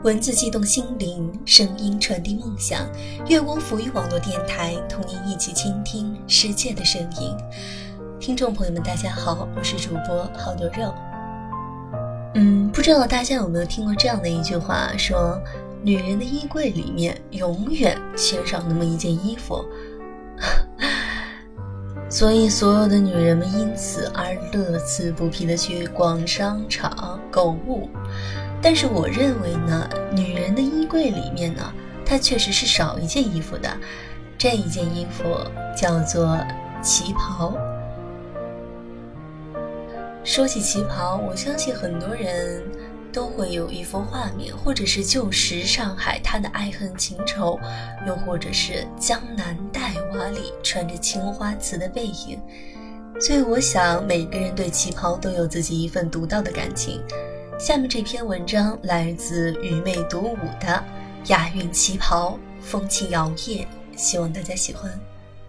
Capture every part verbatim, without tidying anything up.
文字激动心灵，声音传递梦想。月光浮语网络电台，同您一起倾听世界的声音。听众朋友们大家好，我是主播好牛肉。嗯，不知道大家有没有听过这样的一句话，说女人的衣柜里面永远缺少那么一件衣服。所以所有的女人们因此而乐此不疲地去逛商场购物。但是我认为呢，女人的衣柜里面呢，它确实是少一件衣服的。这一件衣服叫做旗袍。说起旗袍，我相信很多人都会有一幅画面，或者是旧时上海滩的爱恨情仇，又或者是江南黛瓦里穿着青花瓷的背影。所以我想每个人对旗袍都有自己一份独到的感情。下面这篇文章来自愚昧独舞的雅韵旗袍，风情摇曳，希望大家喜欢。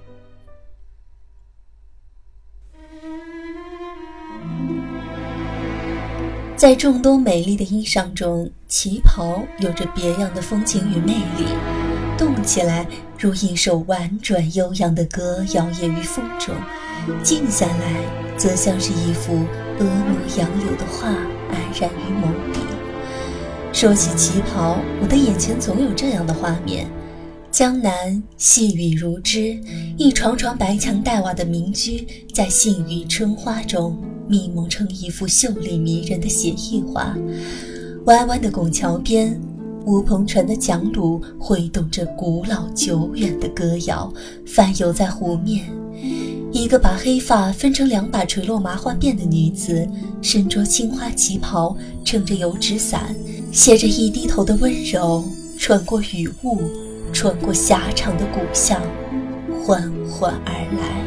在众多美丽的衣裳中，旗袍有着别样的风情与魅力，动起来如一首婉转悠扬的歌，摇曳于风中；静下来，则像是一幅婀娜杨柳的画，安然于眸底。说起旗袍，我的眼前总有这样的画面：江南细雨如织，一幢幢白墙黛瓦的民居，在细雨春花中密蒙成一幅秀丽迷人的写意画。弯弯的拱桥边，乌篷船的桨橹挥动着古老久远的歌谣，翻游在湖面。一个把黑发分成两把垂落麻花辫的女子，身着青花旗袍，撑着油纸伞，携着一低头的温柔，穿过雨雾，穿过狭长的古巷，缓缓而来。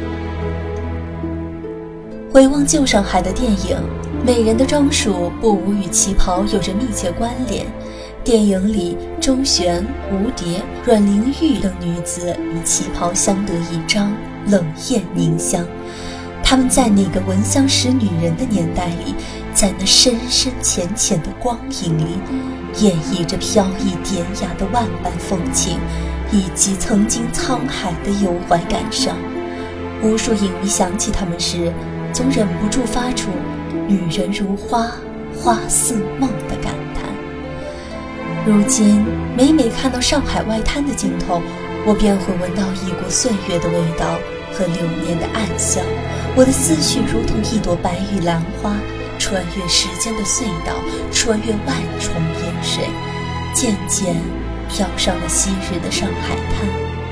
回望旧上海的电影，美人的装束不无与旗袍有着密切关联。电影里，周璇、蝴蝶、阮玲玉等女子与旗袍相得益彰，冷艳凝香。她们在那个闻香识女人的年代里，在那深深浅浅的光影里，演绎着飘逸典雅的万般风情，以及曾经沧海的忧怀感伤。无数影迷想起她们时，总忍不住发出女人如花，花似梦的感叹。如今每每看到上海外滩的镜头，我便会闻到一股岁月的味道和流年的暗香。我的思绪如同一朵白玉兰花，穿越时间的隧道，穿越万重烟水，渐渐飘上了昔日的上海滩。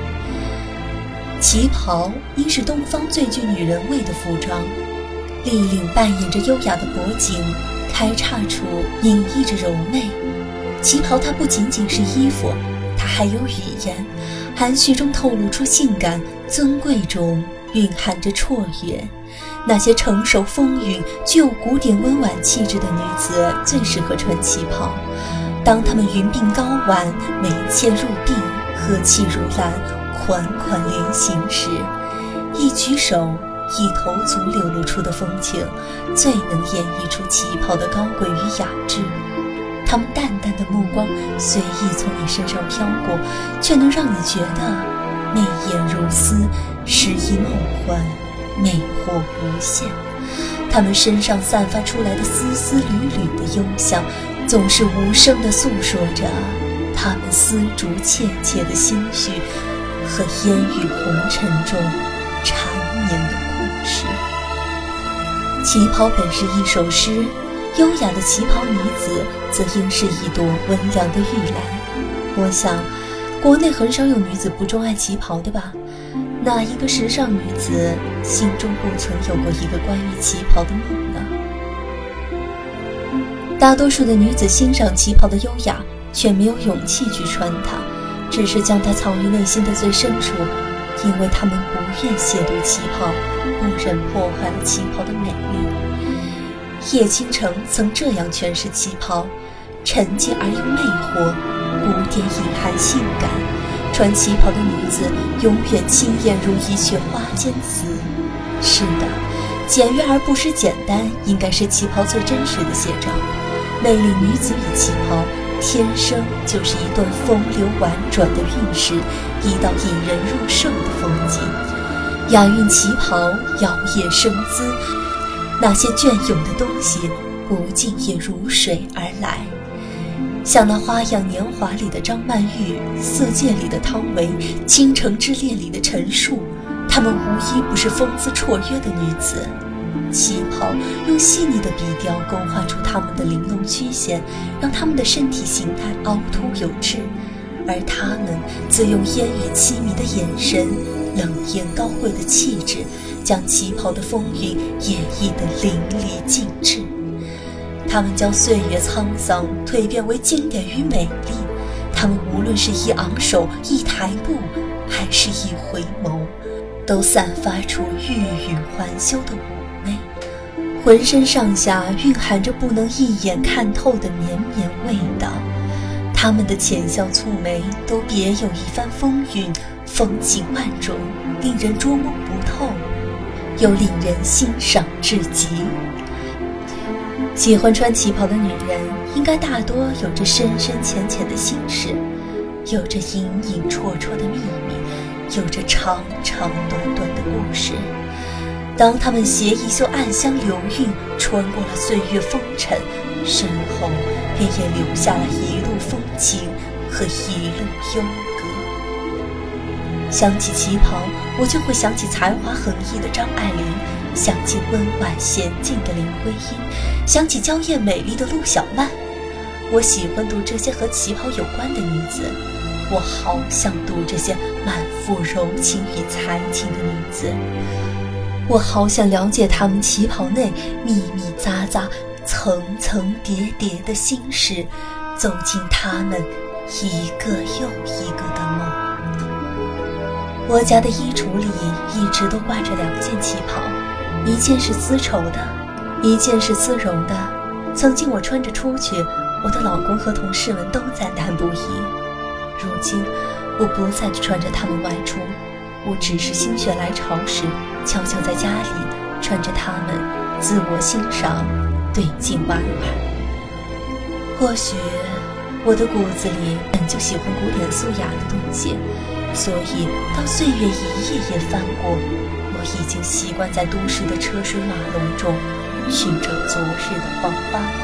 旗袍应是东方最具女人味的服装，立领扮演着优雅的脖颈，开叉处隐逸着柔媚。旗袍它不仅仅是衣服，它还有语言，含蓄中透露出性感，尊贵中蕴含着绰约。那些成熟风韵、具有古典温婉气质的女子最适合穿旗袍。当她们云鬓高挽，眉纤入鬓，和气如兰，款款连行时，一举手一头足流露出的风情，最能演绎出旗袍的高贵与雅致。他们淡淡的目光随意从你身上飘过，却能让你觉得媚眼如丝，诗意梦幻，魅惑无限。他们身上散发出来的丝丝缕缕的幽香，总是无声地诉说着他们丝竹切切的心绪和烟雨红尘中缠绵的故事。旗袍本是一首诗，优雅的旗袍女子则应是一朵温凉的玉兰。我想国内很少有女子不钟爱旗袍的吧？哪一个时尚女子心中不曾有过一个关于旗袍的梦呢？大多数的女子欣赏旗袍的优雅，却没有勇气去穿它，只是将它藏于内心的最深处，因为她们不愿亵渎旗袍，不忍破坏了旗袍的美丽。叶倾城曾这样诠释旗袍：沉静而又魅惑，古典隐含性感。穿旗袍的女子永远清艳如一阙花间词。是的，简约而不失简单，应该是旗袍最真实的写照。魅力女子与旗袍， 天生就是一段风流婉转的韵事，一道引人入胜的风景。雅韵旗袍，摇曳生姿，那些隽永的东西不尽也如水而来。像那《花样年华》里的张曼玉，《色戒》里的汤唯，《倾城之恋》里的陈数，她们无一不是风姿绰约的女子。旗袍用细腻的笔调勾画出她们的玲珑曲线，让她们的身体形态凹凸有致，而她们则用烟雨凄迷的眼神，冷艳高贵的气质，将旗袍的风韵演绎得淋漓尽致。他们将岁月沧桑蜕变为经典与美丽，他们无论是一昂首，一抬步，还是一回眸，都散发出欲语还休的妩媚，浑身上下蕴含着不能一眼看透的绵绵味道。他们的浅笑蹙眉都别有一番风韵，风情万种，令人捉摸不透，又令人欣赏至极。喜欢穿旗袍的女人应该大多有着深深浅浅的心事，有着隐隐绰绰的秘密，有着长长短短的故事。当她们携一袖暗香流韵穿过了岁月风尘，身后便也留下了一路风情和一路幽歌。想起旗袍，我就会想起才华横溢的张爱玲，想起温婉娴静的林徽因，想起娇艳美丽的陆小曼。我喜欢读这些和旗袍有关的女子，我好想读这些满腹柔情与才情的女子，我好想了解她们旗袍内密密匝匝、层层叠叠的心事，走进她们一个又一个的梦。我家的衣橱里一直都挂着两件旗袍，一件是丝绸的，一件是丝绒的。曾经我穿着出去，我的老公和同事们都赞叹不已。如今我不再穿着它们外出，我只是心血来潮时，悄悄在家里穿着它们，自我欣赏，对镜玩玩。或许我的骨子里本就喜欢古典素雅的东西，所以当岁月一页页翻过，我已经习惯在都市的车水马龙中寻找昨日的黄花了。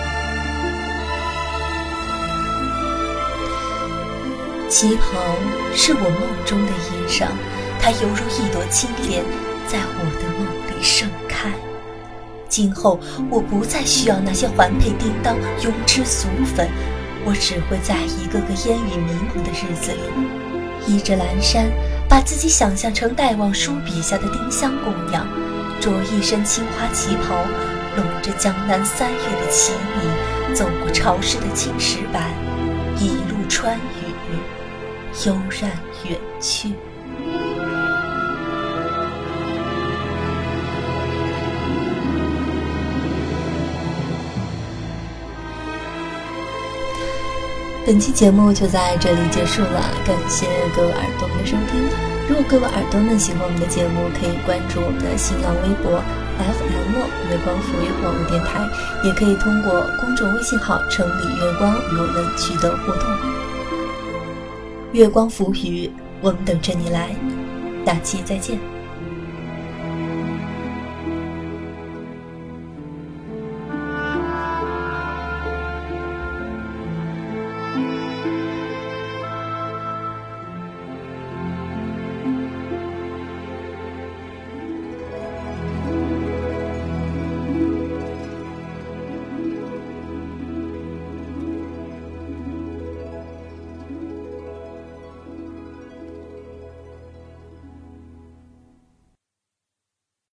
旗袍是我梦中的衣裳，它犹如一朵青莲，在我的梦里盛开。今后我不再需要那些环佩叮当、庸脂俗粉，我只会在一个个烟雨迷蒙的日子里，依着蓝衫，把自己想象成戴望舒笔下的丁香姑娘，着一身青花旗袍，笼着江南三月的奇泥，走过潮湿的青石板，一路穿雨，悠然远去。本期节目就在这里结束了，感谢各位耳朵们的收听。如果各位耳朵们喜欢我们的节目，可以关注我们的新浪微博 F M 月光浮语网络电台，也可以通过公众微信号城里月光与我们取得互动。月光浮语，我们等着你来，下期再见。